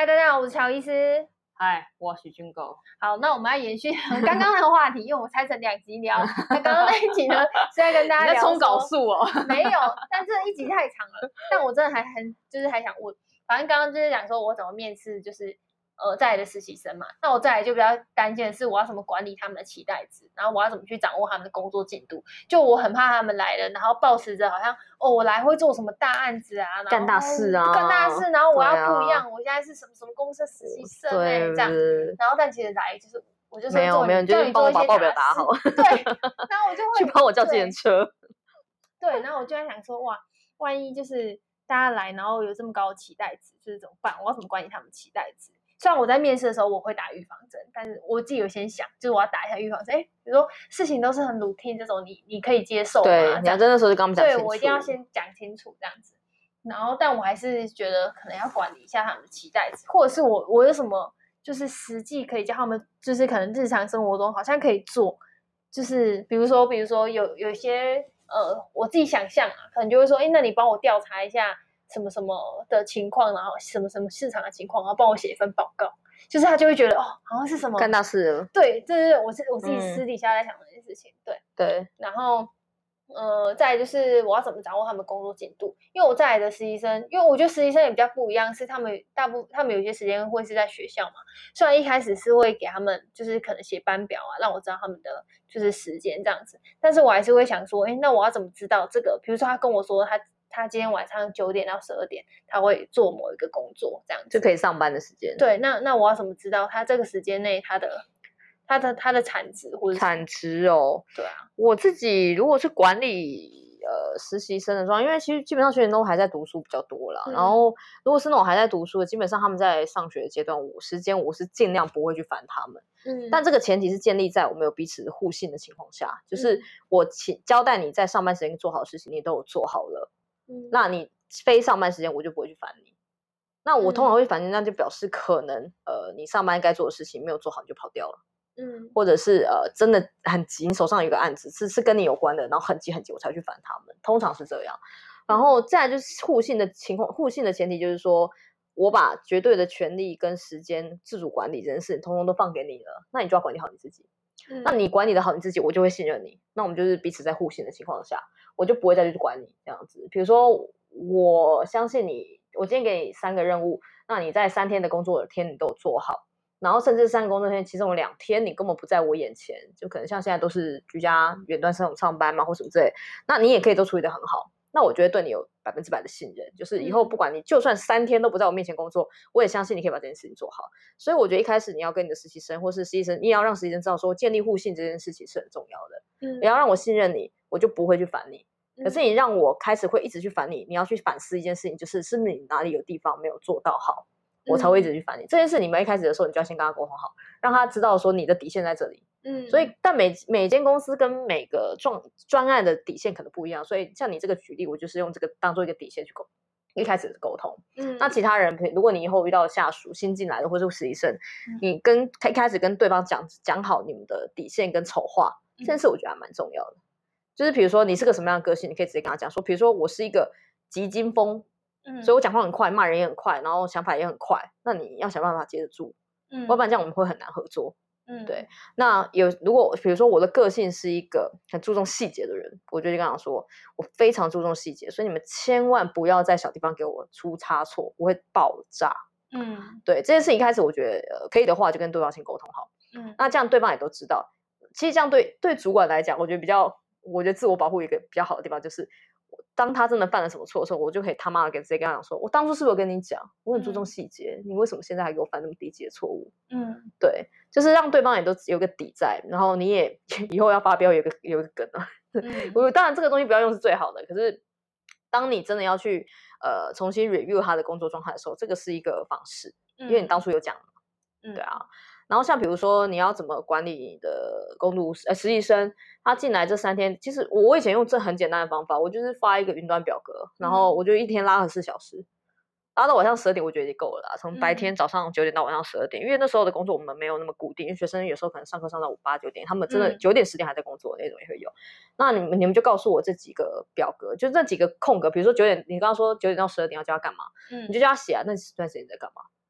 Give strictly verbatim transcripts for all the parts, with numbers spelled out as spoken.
嗨，大家好，我是乔医师。 嗨，我是军狗。 好，那我们要延续刚刚的话题，因为我拆成两集聊。那刚刚那一集呢，是在跟大家聊说。 你在冲稿数哦？ 没有，但这一集太长了。但我真的还很，就是还想问，反正刚刚就是讲说我怎么面试，就是呃再来的实习生嘛。那我再来就比较担心的是，我要怎么管理他们的期待值，然后我要怎么去掌握他们的工作进度。就我很怕他们来了，然后抱持着好像哦，我来会做什么大案子啊，然后干大事啊， 干大事，然后我要不一样，啊、我现在是什么什么公司的实习生哎、欸，这样。然后但其实来就是我就是没有没有，你就是帮我把报表打好。 对，然后我就会去帮我叫计程车。 对，然后我就在想说，哇，万一就是大家来，然后有这么高的期待值，就是怎么办？我要怎么管理他们期待值？虽然我在面试的时候我会打预防针，但是我自己有先想，就是我要打一下预防针。哎，比如说事情都是很 routine 这种，你你可以接受吗？ 对，你要真的时候就跟他们讲清楚。 对，我一定要先讲清楚这样子。然后，但我还是觉得可能要管理一下他们的期待值，或者是我我有什么就是实际可以叫他们，就是可能日常生活中好像可以做，就是比如说比如说有有些呃我自己想象啊，可能就会说，哎，那你帮我调查一下什么什么的情况，然后什么什么市场的情况，然后帮我写一份报告，就是他就会觉得哦，好像是什么干大事了。 对，这是我是我自己私底下在想的一件事情，对对， 然后。呃，再来就是我要怎么掌握他们工作进度，因为我再来的实习生，因为我觉得实习生也比较不一样，是他们大部他们有些时间会是在学校嘛，虽然一开始是会给他们就是可能写班表啊，让我知道他们的就是时间这样子，但是我还是会想说，哎，那我要怎么知道这个？比如说他跟我说他他今天晚上九点到十二点他会做某一个工作，这样子就可以上班的时间。 对，那那我要怎么知道他这个时间内他的？它的它的产值或者产值哦， 对啊， 我自己如果是管理呃实习生的状况，因为其实基本上学生都还在读书比较多啦、嗯、然后如果是那种还在读书的，基本上他们在上学的阶段，我时间我是尽量不会去烦他们，嗯，但这个前提是建立在我们有彼此互信的情况下，就是我请交代你在上班时间做好的事情，你都有做好了，嗯，那你非上班时间我就不会去烦你。那我通常会烦你，那就表示可能呃你上班该做的事情没有做好，你就跑掉了。嗯，或者是呃真的很急，你手上有一个案子是是跟你有关的，然后很急很急我才去烦他们，通常是这样。然后再来就是互信的情况，互信的前提就是说我把绝对的权利跟时间自主管理这件事通通都放给你了，那你就要管理好你自己。嗯、那你管理的好你自己，我就会信任你。那我们就是彼此在互信的情况下，我就不会再去管你这样子。比如说我相信你，我今天给你三个任务，那你在三天的工作天你都有做好。然后甚至三个工作天，其中有两天你根本不在我眼前，就可能像现在都是居家远端上上班嘛，或什么之类，那你也可以都处理得很好。那我觉得对你有百分之百的信任，就是以后不管你就算三天都不在我面前工作，我也相信你可以把这件事情做好。所以我觉得一开始你要跟你的实习生或是实习生，你也要让实习生知道说建立互信这件事情是很重要的。嗯，你要让我信任你，我就不会去烦你。可是你让我开始会一直去烦你，你要去反思一件事情，就是是不是你哪里有地方没有做到好。我才会一直去烦你、嗯、这件事你们一开始的时候你就要先跟他沟通好，让他知道说你的底线在这里。嗯，所以但每每间公司跟每个专专案的底线可能不一样，所以像你这个举例，我就是用这个当做一个底线去沟一开始的沟通。嗯，那其他人如果你以后遇到下属新进来的或是实习生、嗯、你跟一开始跟对方讲讲好你们的底线跟丑话、嗯、这件事我觉得还蛮重要的。就是比如说你是个什么样的个性，你可以直接跟他讲说，比如说我是一个急惊风，嗯，所以我讲话很快，骂人也很快，然后想法也很快，那你要想办法接得住，嗯，要不然这样我们会很难合作。嗯，对。那有如果比如说我的个性是一个很注重细节的人，我就跟他说我非常注重细节，所以你们千万不要在小地方给我出差错，我会爆炸。嗯，对，这件事情一开始我觉得、呃、可以的话就跟对方先沟通好。嗯，那这样对方也都知道。其实这样对对主管来讲，我觉得比较我觉得自我保护一个比较好的地方就是当他真的犯了什么错的时候，我就可以他妈的直接跟他讲说，我当初是不是有跟你讲，我很注重细节、嗯、你为什么现在还给我犯那么低级的错误。嗯，对，就是让对方也都有个底在，然后你也以后要发飙有个有个梗啊。嗯、我当然这个东西不要用是最好的，可是当你真的要去呃重新 review 他的工作状态的时候，这个是一个方式，因为你当初有讲嘛、嗯、对啊。然后像比如说你要怎么管理你的工读呃实习生，他进来这三天，其实我以前用这很简单的方法，我就是发一个云端表格，然后我就一天拉了四小时，拉到晚上十二点，我觉得已经够了啦。从白天早上九点到晚上十二点，因为那时候的工作我们没有那么固定，因为学生有时候可能上课上到五八九点，他们真的九点十点还在工作的那种也会有。那你们你们就告诉我这几个表格，就这几个空格，比如说九点，你刚刚说九点到十二点要叫他干嘛，嗯，你就叫他写啊，那段时间你在干嘛？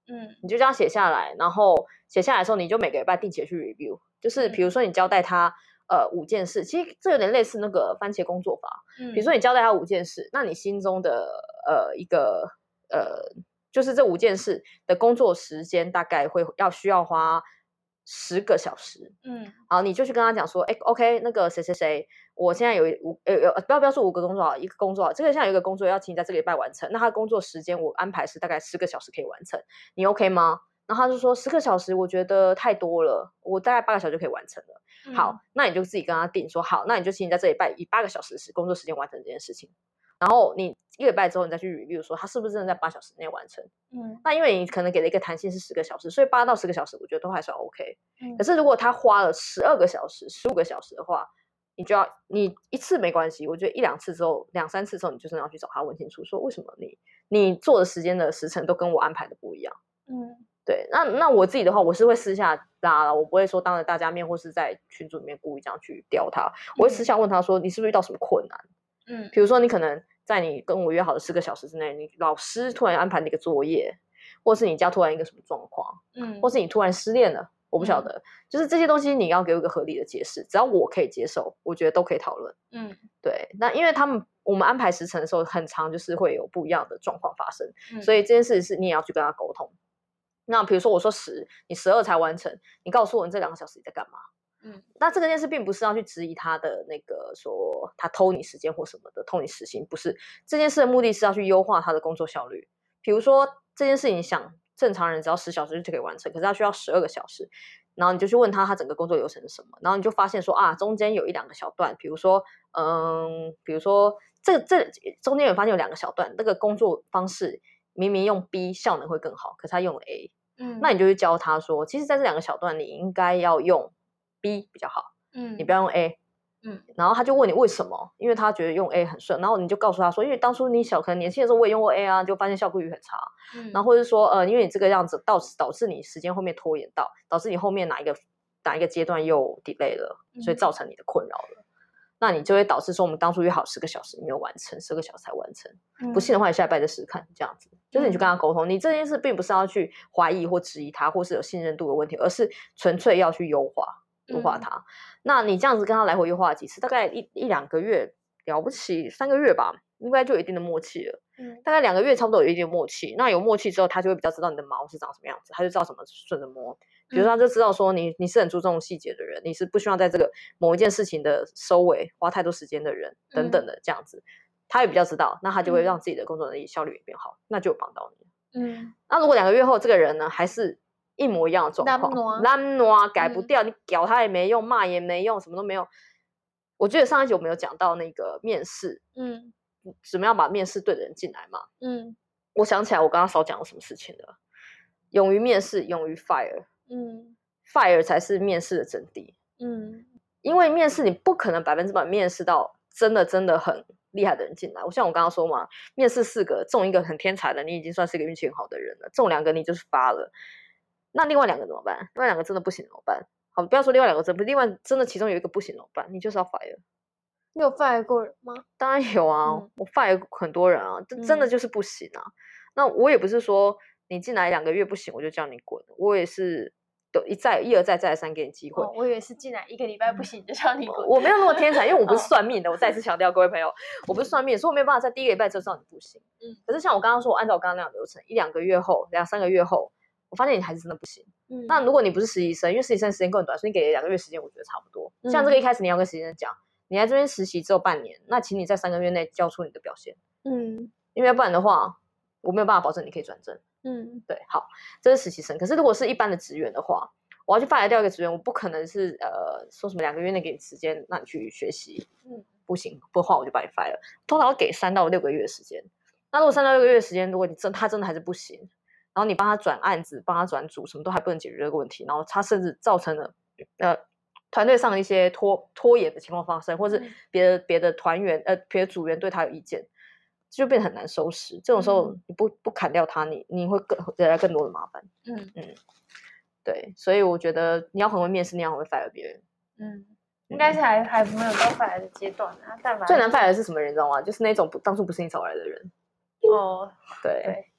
嗯， 你就这样写下来，然后写下来的时候，你就每个礼拜定期的去 review， 就是比如说你交代他呃五件事，其实这有点类似那个番茄工作法， 嗯， 比如说你交代他五件事，那你心中的呃一个呃就是这五件事的工作时间大概会要需要花十个小时， 嗯， 好，你就去跟他讲说，哎 ，OK， 那个谁谁谁，我现在有五呃呃不要不要说五个工作啊，一个工作啊，这个现在有一个工作要请你在这个礼拜完成，那他的工作时间我安排是大概十个小时可以完成，你 OK 吗？然后他就说十个小时我觉得太多了，我大概八个小时就可以完成了。 嗯、 好，那你就自己跟他定说好，那你就请你在这礼拜以八个小时工作时间完成这件事情。然后你一个礼拜之后，你再去 review 说他是不是真的在八小时内完成。 嗯， 那因为你可能给了一个弹性是十个小时，所以八到十个小时我觉得都还算 OK。 嗯、 可是如果他花了十二个小时、十五个小时的话，你就要你一次没关系，我觉得一两次之后、两三次之后，你就真的要去找他问清楚，说为什么你你做的时间的时程都跟我安排的不一样。 嗯， 对，那那我自己的话，我是会私下拉了，我不会说当着大家面或是在群组里面故意这样去刁他，我会私下问他说，你是不是遇到什么困难？ 嗯， 比如说你可能在你跟我约好的四个小时之内，你老师突然安排你一个作业，或是你家突然一个什么状况， 嗯， 或是你突然失恋了，我不晓得，嗯、就是这些东西你要给我一个合理的解释，只要我可以接受，我觉得都可以讨论。 嗯， 对，那因为他们我们安排时程的时候，很常就是会有不一样的状况发生， 嗯、 所以这件事是你也要去跟他沟通。那比如说我说十，你十二才完成，你告诉我你这两个小时你在干嘛？嗯，那这个件事并不是要去质疑他的那个说他偷你时间或什么的，偷你时薪，不是。这件事的目的是要去优化他的工作效率。比如说这件事情想正常人只要十小时就可以完成，可是他需要十二个小时，然后你就去问他他整个工作流程是什么，然后你就发现说啊，中间有一两个小段，比如说嗯，比如说这这中间有发现有两个小段，那个工作方式明明用 B 效能会更好，可是他用了 A，嗯，那你就去教他说，其实在这两个小段你应该要用B 比较好，嗯，你不要用 A， 嗯，然后他就问你为什么，因为他觉得用 A 很顺，然后你就告诉他说，因为当初你小可能年轻的时候我也用过 A 啊，就发现效果率很差，嗯，然后或者说呃，因为你这个样子导导致你时间后面拖延到，导致你后面哪一个哪一个阶段又 delay 了，所以造成你的困扰了。嗯，那你就会导致说我们当初约好十个小时你没有完成，十个小时才完成，嗯，不信的话你下礼拜再试试看，这样子就是你去跟他沟通，嗯，你这件事并不是要去怀疑或质疑他，或是有信任度的问题，而是纯粹要去优化优化它，嗯，那你这样子跟他来回优化几次，大概一一两个月了不起，三个月吧，应该就有一定的默契了。嗯，大概两个月差不多有一定的默契。那有默契之后，他就会比较知道你的毛是长什么样子，他就知道怎么顺着摸。比如说，他就知道说你你是很注重细节的人，你是不希望在这个某一件事情的收尾花太多时间的人，等等的这样子，他也比较知道，那他就会让自己的工作能力效率也变好，那就有帮到你。嗯，那如果两个月后这个人呢，还是一模一样的状况，烂挪改不掉，嗯，你屌他也没用，骂也没用，什么都没有。我记得上一集我们有讲到那个面试，嗯，怎么样把面试对的人进来嘛？嗯，我想起来我刚刚少讲了什么事情了。勇于面试，勇于 fire， 嗯 ，fire 才是面试的真谛，嗯，因为面试你不可能百分之百面试到真的真的很厉害的人进来。我像我刚刚说嘛，面试四个中一个很天才的，你已经算是一个运气很好的人了，中两个你就是发了。那另外两个怎么办？另外两个真的不行怎么办？好，不要说另外两个真不，另外真的其中有一个不行怎么办？你就是要 fire。 你有 fire 过人吗？ 当然有啊，嗯，我 fire 很多人啊，这真的就是不行啊。嗯，那我也不是说你进来两个月不行我就叫你滚，我也是都一再一而再再而三给你机会。 哦，我以为是进来一个礼拜不行就叫你滚。 我没有那么天才，因为我不是算命的。我再次强调，各位朋友，我不是算命，所以我没有办法在第一个礼拜就知道你不行。嗯，可是像我刚刚说，我按照我刚刚那样的流程，一两个月后、两三个月后，我发现你还是真的不行。嗯，那如果你不是实习生，因为实习生时间更短，所以你给两个月时间，我觉得差不多。嗯，像这个一开始你要跟实习生讲，你来这边实习只有半年，那请你在三个月内交出你的表现。嗯，因为不然的话，我没有办法保证你可以转正。嗯，对，好，这是实习生。可是如果是一般的职员的话，我要去fire掉一个职员，我不可能是呃说什么两个月内给你时间让你去学习，嗯，不行，不的话我就把你fire了。通常要给三到六个月的时间。那如果三到六个月的时间，如果你真他真的还是不行，然后你帮他转案子，帮他转组，什么都还不能解决这个问题，然后他甚至造成了呃团队上的一些拖拖延的情况发生，或是别的别的团员呃别的组员对他有意见。就变得很难收拾，这种时候你不不砍掉它，你你会更带来更多的麻烦。嗯嗯，对，所以我觉得你要很会面试，你要很会 fire 别人。 嗯，应该是还还没有到 fire 的阶段啊。但最难 fire 的是什么人，你知道吗？就是那种不当初不是你找来的人。 哦， 对， 对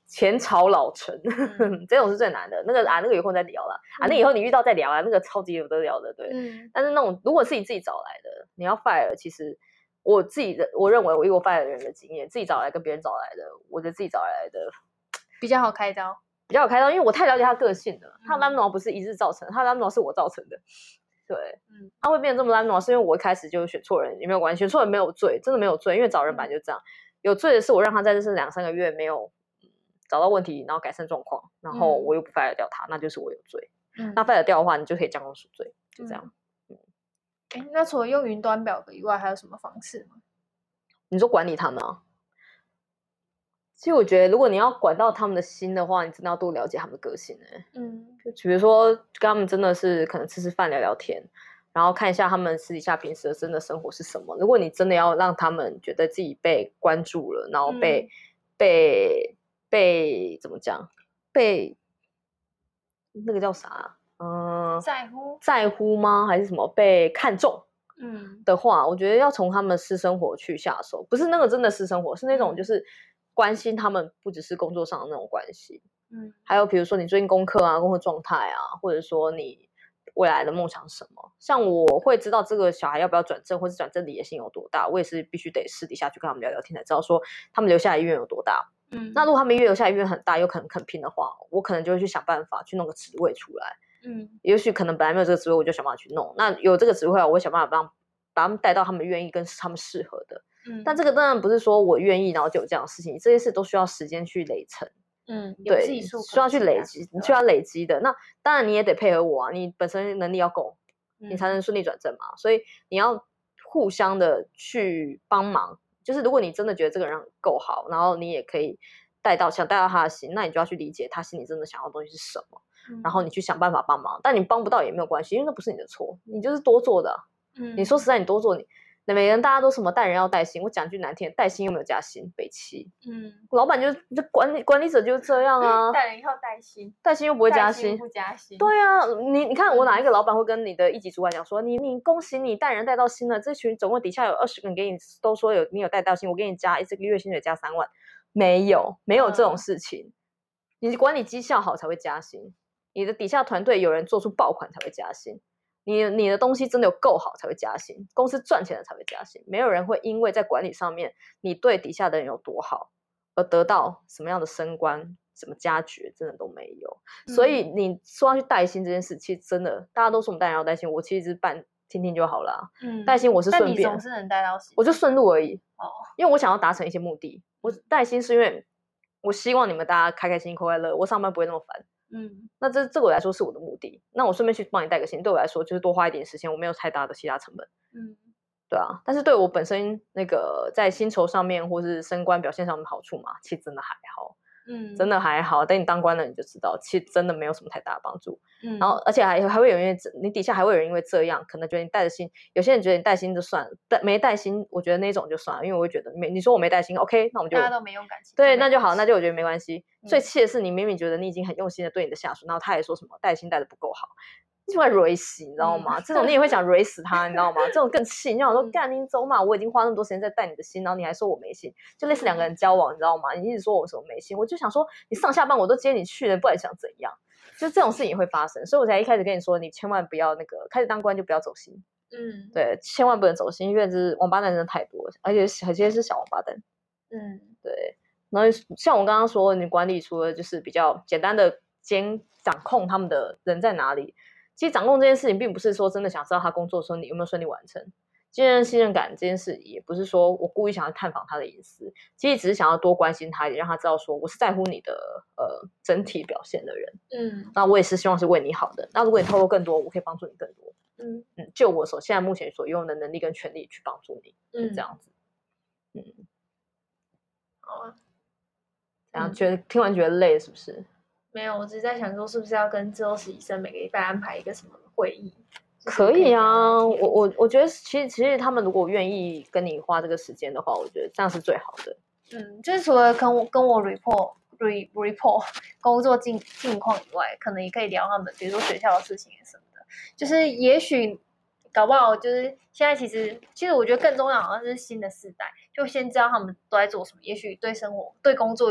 前朝老臣， 嗯这种是最难的。那个啊，那个有空再聊啦。啊，那以后你遇到再聊啊，那个超级有得聊的，对。 嗯但是那种如果是你自己找来的，你要 fire，其实我自己的我认为我以我 fire 的人的经验，自己找来跟别人找来的，我觉得自己找来的比较好开刀， 比较有开刀，因为我太了解他个性了。他的嗯 lamno 不是一日造成，他的 lamno 是我造成的。对， 嗯他会变得这么 lamno，是因为我一开始就选错人，也没有关系，选错人没有罪，真的没有罪，因为找人本来就这样。有罪的是我让他在这是两三个月没有、嗯、找到问题，然后改善状况，然后我又不 fire 掉他，那就是我有罪。 嗯， 那 fire 掉的话，你就可以将功赎罪，就这样。 嗯嗯、那除了用云端表格以外，还有什么方式吗？ 你说管理他们啊？其实我觉得，如果你要管到他们的心的话，你真的要多了解他们的个性哎、欸。 嗯， 就比如说跟他们真的是可能吃吃饭聊聊天，然后看一下他们私底下平时的真的生活是什么。如果你真的要让他们觉得自己被关注了，然后被、 嗯、 被被怎么讲，被那个叫啥？嗯、呃， 在乎在乎吗？还是什么被看重？ 嗯的话，我觉得要从他们的私生活去下手，不是那个真的私生活，是那种就是关心他们，不只是工作上的那种关系。 嗯， 还有比如说你最近功课啊、工作状态啊，或者说你未来的梦想是什么。像我会知道这个小孩要不要转正，或是转正的野心有多大，我也是必须得私底下去跟他们聊聊天，才知道说他们留下来意愿有多大。 嗯， 那如果他们意愿留下来意愿很大，有可能肯拼的话，我可能就会去想办法去弄个职位出来。 嗯， 也许可能本来没有这个职位，我就想办法去弄。那有这个职位，我会想办法帮把他们带到他们愿意跟他们适合的。 嗯， 但这个当然不是说我愿意，然后就有这样的事情，这些事都需要时间去累成。 嗯，有技术需要去累积，你需要累积的。那当然你也得配合我啊，你本身能力要够， 嗯、 你才能顺利转正嘛。所以你要互相的去帮忙。就是如果你真的觉得这个人够好，然后你也可以带到想带到他的心，那你就要去理解他心里真的想要的东西是什么， 嗯、 然后你去想办法帮忙。但你帮不到也没有关系，因为那不是你的错，你就是多做的。 嗯， 你说实在，你多做你。那每个人大家都什么带人要带薪，我讲句难听，带薪又没有加薪，北七。 嗯， 老板就就管理管理者就是这样啊， 带人要带薪， 带薪又不会加薪， 不加薪。 对啊，你你看我哪一个老板会跟你的一级主管讲说，你你恭喜你带人带到薪了，这群总共底下有二十个人给你都说有你有带到薪，我给你加这个月薪水加三万，没有没有这种事情，嗯、你管理绩效好才会加薪，你的底下团队有人做出爆款才会加薪。你你的东西真的有够好才会加薪，公司赚钱了才会加薪，没有人会因为在管理上面你对底下的人有多好而得到什么样的升官、什么加爵，真的都没有。嗯、所以你说要去带薪这件事，其实真的大家都说我们带人要带薪，我其实办听听就好了。嗯，带薪我是顺便，但你总是能带到薪， 我就顺路而已。 哦， 因为我想要达成一些目的，我带薪是因为我希望你们大家开开心心、快快乐，我上班不会那么烦。嗯，那这这个我来说是我的目的。那我顺便去帮你带个薪，对我来说就是多花一点时间，我没有太大的其他成本。嗯，对啊。但是对我本身那个在薪酬上面或是升官表现上的好处嘛，其实真的还好。嗯，真的还好。等你当官了，你就知道，其实真的没有什么太大的帮助。嗯，然后而且还还会有人因为你底下还会有人因为这样，可能觉得你带着薪，有些人觉得你带薪就算了，带没带薪，我觉得那种就算了，因为我会觉得没你说我没带薪 ，OK， 那我们就大家都没用感情， 对，那就好，那就我觉得没关系。嗯、最气的是你明明觉得你已经很用心的对你的下属，然后他也说什么带薪带的不够好。你就会蕊死，你知道吗？嗯、这种你也会想蕊死他，你知道吗？这种更气，你想说干你走嘛，我已经花那么多时间在带你的心，然后你还说我没心，就类似两个人交往，你知道吗？你一直说我什么没心，我就想说你上下班我都接你去了，不然想怎样？就这种事情也会发生，所以我才一开始跟你说，你千万不要那个开始当官就不要走心，嗯，对，千万不能走心，因为这是王八蛋真的太多，而且有些是小王八蛋，嗯，对。然后像我刚刚说，你管理除了就是比较简单的监掌控他们的人在哪里。其实掌控这件事情，并不是说真的想知道他工作的时候你有没有顺利完成。信任信任感这件事，也不是说我故意想要探访他的隐私，其实只是想要多关心他一点，让他知道说我是在乎你的呃整体表现的人。嗯，那我也是希望是为你好的。那如果你透露更多，我可以帮助你更多。嗯嗯，就我所现在目前所拥有的能力跟权利去帮助你，嗯，这样子。嗯， 好啊。 然后觉得、嗯、听完觉得累是不是？ 没有，我只是在想说，是不是要跟自由实习生每个礼拜安排一个什么会议？ 可以啊，我我我觉得其实其实他们如果愿意跟你花这个时间的话，我觉得这样是最好的。 嗯，就是除了跟我跟我 report re report 工作近近况以外，可能也可以聊他们，比如说学校的事情什么的。就是也许搞不好，就是现在其实其实我觉得更重要好像是新的世代，就先知道他们都在做什么，也许对生活对工作有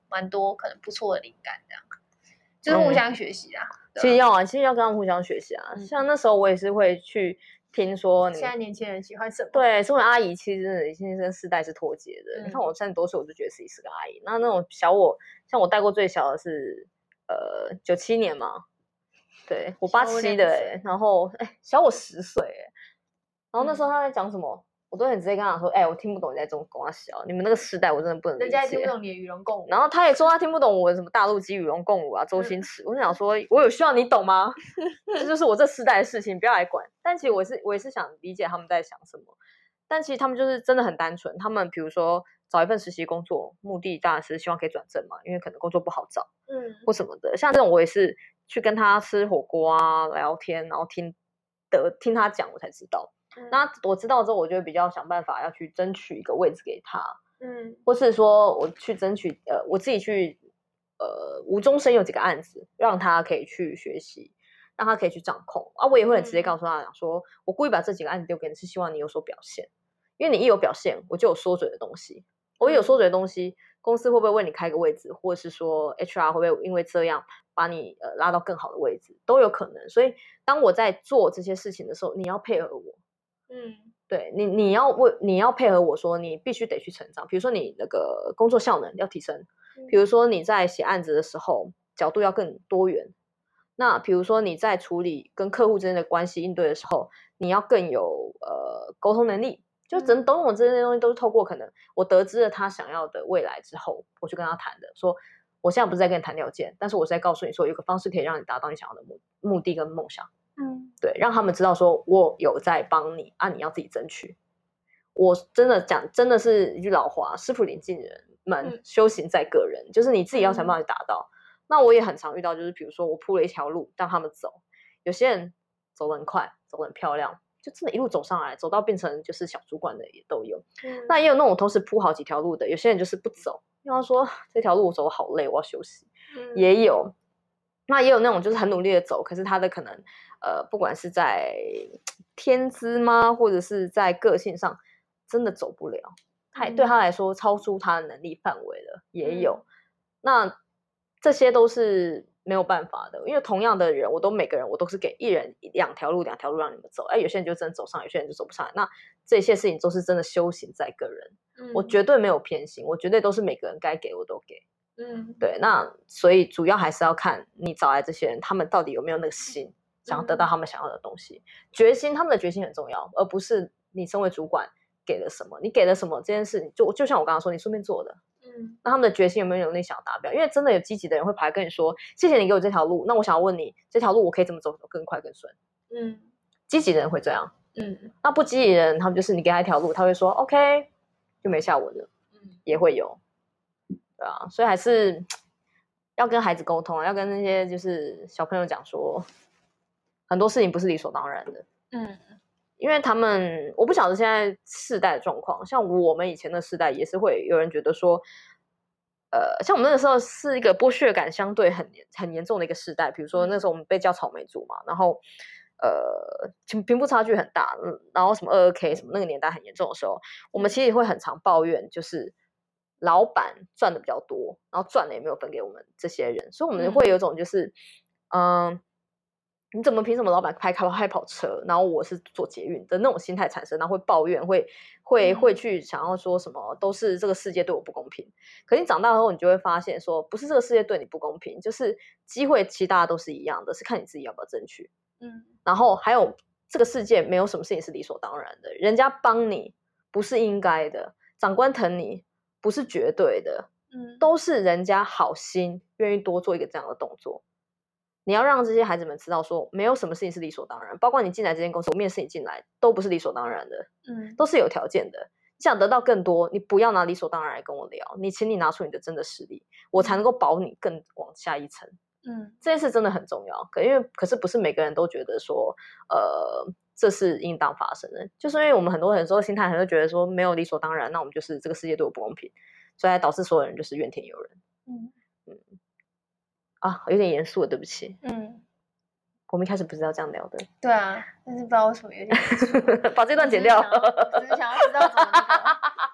蛮多可能不错的灵感，这样就是互相学习啦。 嗯、其实要啊，其实要跟他们互相学习啊。嗯、像那时候我也是会去听说你现在年轻人喜欢什么。 对，身为阿姨，其实真的已经跟世代是脱节的。嗯、你看我三十多岁，我就觉得自己是个阿姨。那那种小我，像我带过最小的是呃九七年嘛，对我八七的哎、欸，然后哎小我十岁哎，然后那时候他在讲什么？嗯我都很直接跟他说，哎、欸，我听不懂你在中跟我小，你们那个时代我真的不能理解。 人家听不懂你的与龙共舞。 然后他也说他听不懂我什么大陆及与龙共舞啊，周星驰。嗯、我想说，我有需要你懂吗？这就是我这世代的事情，不要来管。但其实我是我也是想理解他们在想什么。但其实他们就是真的很单纯，他们比如说找一份实习工作，目的当然是希望可以转正嘛，因为可能工作不好找，嗯，或什么的。像这种我也是去跟他吃火锅啊，聊天，然后听的听他讲，我才知道。那我知道之后，我就会比较想办法要去争取一个位置给他，嗯，或是说我去争取，呃，我自己去，呃，无中生有几个案子，让他可以去学习，让他可以去掌控啊。我也会很直接告诉他讲说，我故意把这几个案子丢给你，是希望你有所表现，因为你一有表现，我就有缩嘴的东西，我一有缩嘴的东西，公司会不会为你开个位置，或者是说 H R 会不会因为这样把你呃拉到更好的位置，都有可能。所以当我在做这些事情的时候，你要配合我。嗯，对你，你要为你要配合我说，你必须得去成长。比如说你那个工作效能要提升，比如说你在写案子的时候角度要更多元。那比如说你在处理跟客户之间的关系应对的时候，你要更有呃沟通能力。就等等我这些东西都是透过可能我得知了他想要的未来之后，我去跟他谈的。说我现在不是在跟你谈条件，但是我是在告诉你说有个方式可以让你达到你想要的目目的跟梦想。嗯，对，让他们知道说我有在帮你啊，你要自己争取。我真的讲，真的是一句老话，师傅领进人们，嗯、修行在个人，就是你自己要想办法去达到。嗯、那我也很常遇到，就是比如说我铺了一条路让他们走，有些人走得很快，走得很漂亮，就真的一路走上来，走到变成就是小主管的也都有。嗯、那也有那种同时铺好几条路的，有些人就是不走，因为他说这条路我走得好累，我要休息。嗯、也有。那也有那种就是很努力的走，可是他的可能呃，不管是在天资吗，或者是在个性上，真的走不了。他、嗯、对他来说超出他的能力范围了，也有。嗯、那这些都是没有办法的，因为同样的人，我都每个人我都是给一人两条路，两条路让你们走。哎，有些人就真的走上，有些人就走不上来。那这些事情都是真的修行在个人，嗯、我绝对没有偏心，我绝对都是每个人该给我都给。嗯，对，那所以主要还是要看你找来这些人，他们到底有没有那个心，想要得到他们想要的东西，嗯、决心，他们的决心很重要，而不是你身为主管给了什么，你给了什么这件事，就就像我刚刚说，你顺便做的，嗯，那他们的决心有没有能力想要达标？因为真的有积极的人会跑来跟你说，谢谢你给我这条路，那我想要问你，这条路我可以怎么走更快更顺？嗯，积极的人会这样，嗯，那不积极的人，他们就是你给他一条路，他会说 OK， 就没下文了，嗯，也会有。对啊，所以还是要跟孩子沟通，要跟那些就是小朋友讲说，很多事情不是理所当然的。嗯，因为他们我不晓得现在世代的状况，像我们以前的世代也是会有人觉得说，呃，像我们那个时候是一个剥削感相对很很严重的一个世代，比如说那时候我们被叫草莓族嘛，然后呃贫富差距很大，然后什么二二 K 什么那个年代很严重的时候，我们其实会很常抱怨，就是老板赚的比较多，然后赚的也没有分给我们这些人，所以我们会有一种就是嗯。呃你怎么凭什么老板开开跑车，然后我是做捷运的那种心态产生，然后会抱怨，会会会去想要说什么都是这个世界对我不公平。可是你长大后，你就会发现说，不是这个世界对你不公平，就是机会其实大家都是一样的，是看你自己要不要争取。嗯，然后还有这个世界没有什么事情是理所当然的，人家帮你不是应该的，长官疼你不是绝对的，嗯，都是人家好心愿意多做一个这样的动作。你要让这些孩子们知道说，没有什么事情是理所当然，包括你进来这间公司，我面试你进来都不是理所当然的，嗯，都是有条件的。你想得到更多，你不要拿理所当然来跟我聊，你请你拿出你的真的实力，我才能够保你更往下一层。嗯，这件事真的很重要，可因为可是不是每个人都觉得说，呃，这是应当发生的，就是因为我们很多人说心态很多觉得说没有理所当然，那我们就是这个世界对我不公平，所以导致所有人就是怨天尤人。嗯嗯。啊，有点严肃了，对不起。嗯，我们一开始不是要这样聊的。 对啊，但是不知道为什么有点严肃。 把这段剪掉。 只是想要知道怎么那个怎么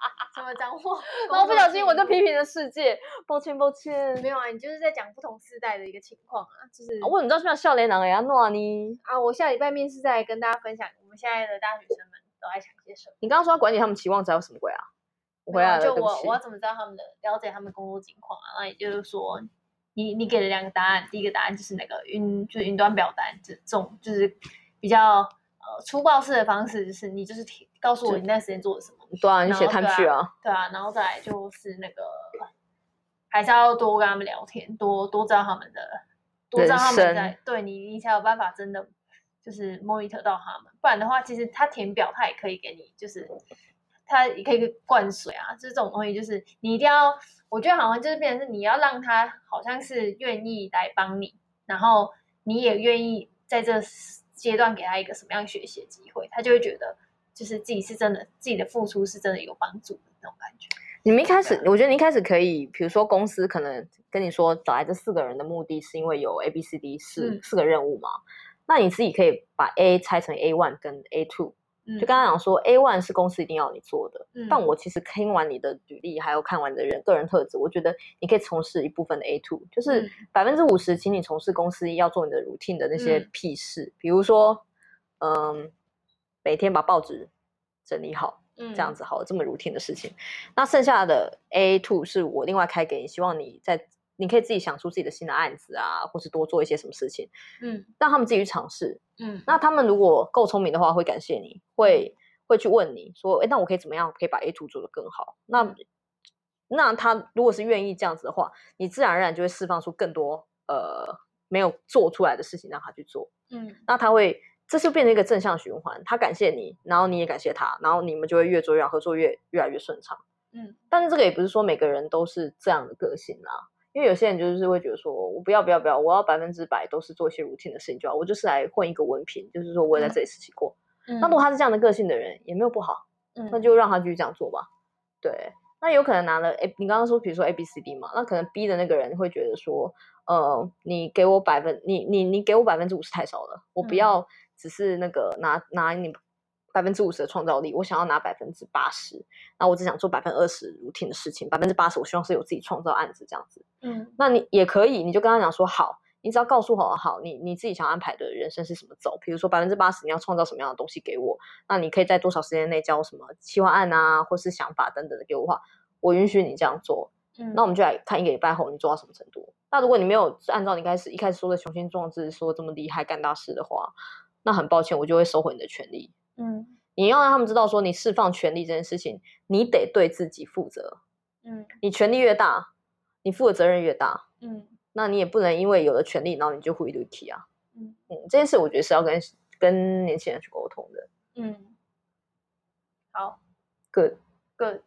们讲话， 然后不小心我就批评了世界，抱歉抱歉。 没有啊，你就是在讲不同世代的一个情况啊，就是啊、我怎么知道像少年郎哎，安诺呢？ 啊，我下礼拜面试再来跟大家分享我们现在的大学生们都在想些什么。 你刚刚说要管理他们期望值有什么鬼啊？我回来了， 就对不起我我要怎么知道他们的了解他们工作情况啊？那也就是说，你你给了两个答案，第一个答案就是那个云就是云端表单这种就是比较呃粗暴式的方式，就是你就是告诉我你那时间做了什么。 对啊，你写探 time 啊，对啊，然后再来就是那个还是要多跟他们聊天，多多知道他们的，多知道他们在对你，你才有办法真的就是 monitor 到他们，不然的话，其实他填表他也可以给你，就是他也可以灌水啊，就是这种东西，就是你一定要，我觉得好像就是变成是你要让他好像是愿意来帮你，然后你也愿意在这阶段给他一个什么样学习的机会，他就会觉得就是自己是真的，自己的付出是真的有帮助的那种感觉。 你们一开始，我觉得你一开始可以，比如说公司可能跟你说找来这四个人的目的是因为有 A B C D 四、嗯、四个任务嘛，那你自己可以把 A 拆成 A 一 跟 A 二、嗯、就刚刚讲说 A 一 是公司一定要你做的、嗯、但我其实听完你的履历还有看完你的人个人特质，我觉得你可以从事一部分的 A 二， 就是百分之五十请你从事公司要做你的 routine 的那些屁事、嗯、比如说嗯，每天把报纸整理好，这样子好了，这么 routine 的事情。那剩下的 A 二 是我另外开给你，希望你在你可以自己想出自己的新的案子啊，或是多做一些什么事情，嗯，让他们自己去尝试。嗯，那他们如果够聪明的话，会感谢你，会会去问你说，哎，那我可以怎么样可以把 A 二 做得更好？那、嗯、那他如果是愿意这样子的话，你自然而然就会释放出更多呃没有做出来的事情让他去做。嗯，那他会。这就变成一个正向循环，他感谢你，然后你也感谢他，然后你们就会越做越好，合作越越来越顺畅。嗯，但是这个也不是说每个人都是这样的个性啦，因为有些人就是会觉得说，我不要不要不要，我要百分之百都是做一些 routine 的事情就好，我就是来混一个文凭，就是说我也在这里实习过。嗯，那如果他是这样的个性的人，也没有不好，嗯，那就让他继续这样做吧。对，那有可能拿了 A， 你刚刚说比如说 A B C D 嘛，那可能 B 的那个人会觉得说，呃，你给我百分，你你你给我百分之五十太少了，我不要。嗯只是那个拿拿你百分之五十的创造力，我想要拿百分之八十，那我只想做百分之二十 routine 的事情，百分之八十我希望是有自己创造案子这样子。嗯，那你也可以，你就跟他讲说好，你只要告诉我好，你你自己想安排的人生是什么走，比如说百分之八十你要创造什么样的东西给我，那你可以在多少时间内交什么企划案啊，或是想法等等的给我的话，我允许你这样做。嗯，那我们就来看一个礼拜后你做到什么程度。那如果你没有按照你开始一开始说的雄心壮志，说这么厉害干大事的话，那很抱歉，我就会收回你的权利。嗯，你要让他们知道说，你释放权利这件事情，你得对自己负责。嗯，你权力越大，你负的责任越大。嗯，那你也不能因为有了权利，然后你就忽略其他。嗯嗯，这件事我觉得是要跟跟年轻人去沟通的。 嗯，好 ，good good，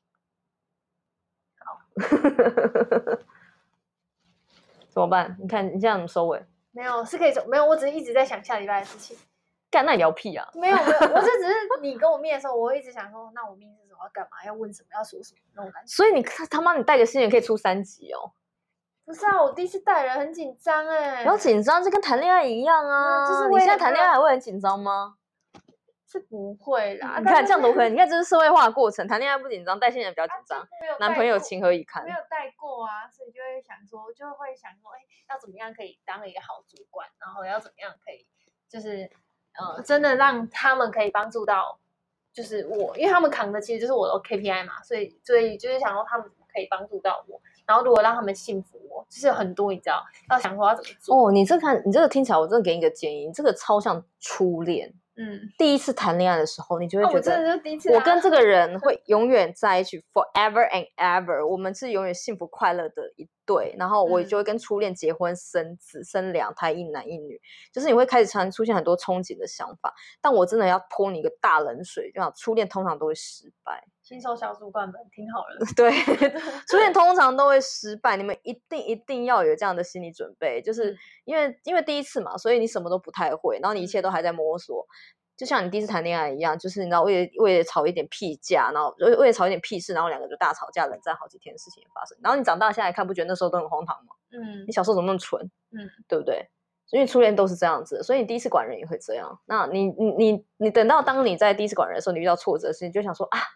好， 怎么办？你看你这样怎么收尾？ 没有，是可以走，没有，我只是一直在想下礼拜的事情。 干，那你聊屁啊！ 没有没有，我这只是你跟我面的时候，我会一直想说，那我面试什么要干嘛，要问什么，要说什么那种感觉。 所以你他妈你带个新人可以出三集哦。 不是啊，我第一次带人很紧张哎。 然后紧张就跟谈恋爱一样啊，就是你现在谈恋爱还会很紧张吗？ 是不会啦。 你看这样多可以，你看这是社会化的过程，谈恋爱不紧张，带新人比较紧张，男朋友情何以堪？ 没有带过啊，所以就会想说，就会想说，哎，要怎么样可以当一个好主管，然后要怎么样可以，就是呃，真的让他们可以帮助到，就是我，因为他们扛的其实就是我的 K P I 嘛，所以所以就是想说他们可以帮助到我，然后如果让他们信服我，就是有很多你知道，要想说要怎么做。 哦，你这看你这个听起来，我真的给你一个建议，你这个超像初恋。嗯，第一次谈恋爱的时候，你就会觉得， 我真的就第一次、啊， 我跟这个人会永远在一起 ，forever and ever， 我们是永远幸福快乐的一对。然后我就会跟初恋结婚、生子、生两胎，一男一女。就是你会开始常出现很多憧憬的想法，但我真的要泼你一个大冷水，就讲初恋通常都会失败。 新手小主管们听好了， 对，初恋通常都会失败，你们一定一定要有这样的心理准备，就是因为因为第一次嘛，所以你什么都不太会，然后你一切都还在摸索，就像你第一次谈恋爱一样，就是你知道为了为了吵一点屁架，然后为了吵一点屁事，然后两个就大吵架，冷战好几天的事情发生，然后你长大现在看，不觉得那时候都很荒唐吗？嗯，你小时候怎么那么蠢？嗯，对不对？因为初恋都是这样子，所以你第一次管人也会这样。那你你你你等到当你在第一次管人的时候，你遇到挫折的时候，你就想说啊。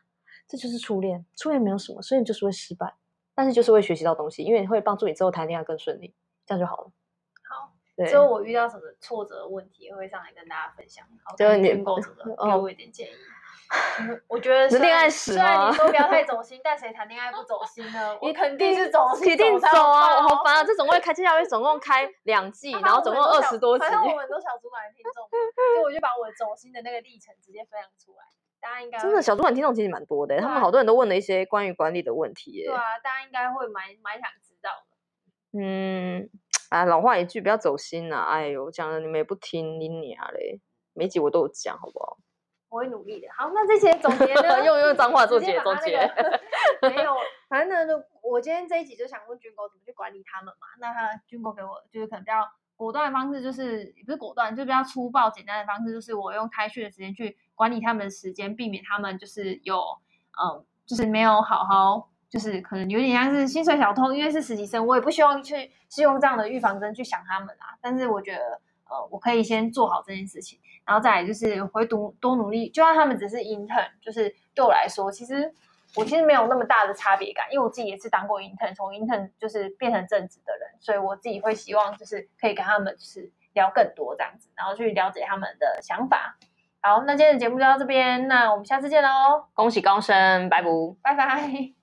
这就是初恋，初恋没有什么，所以你就是会失败，但是就是会学习到东西，因为会帮助你之后谈恋爱更顺利，这样就好了。 好， 对， 之后我遇到什么挫折的问题，也会上来跟大家分享。好， 就是你军购什么，给我一点建议。嗯我觉得是恋爱史虽然吗你说不要太走心，但谁谈恋爱不走心呢？我肯定是走心， 一定走才有啊！我办哦好烦啊！这总会开接下来总共开两季，然后总共二十多集反。正我们很多小主管的听众，所以我就把我走心的那个历程直接分享出来，大家应该会真的小主管听众其实蛮多的， 对啊他们好多人都问了一些关于管理的问题耶。 对啊，大家应该会蛮蛮想知道的。 嗯，啊，老话一句，不要走心啊！哎呦，讲了你们也不听，你娘嘞！每集我都有讲，好不好？ 我会努力的。好，那这些总结呢？ 用用脏话做直接结总结。 把它那个没有，反正呢，我今天这一集就想问军狗怎么去管理他们嘛。那他军狗给我就是可能比较果断的方式，就是也不是果断，就比较粗暴简单的方式，就是我用开训的时间去管理他们的时间，避免他们就是有嗯，就是没有好好。就是可能有点像是薪水小偷，因为是实习生，我也不希望去是用这样的预防针去想他们啦。但是我觉得，呃，我可以先做好这件事情，然后再来就是我会多多努力。就算他们只是 intern，就是对我来说，其实我其实没有那么大的差别感，因为我自己也是当过 intern， 从 intern 就是变成正职的人，所以我自己会希望就是可以跟他们就是聊更多这样子，然后去了解他们的想法。好，那今天的节目就到这边，那我们下次见喽， 恭喜高升，拜拜。 拜拜。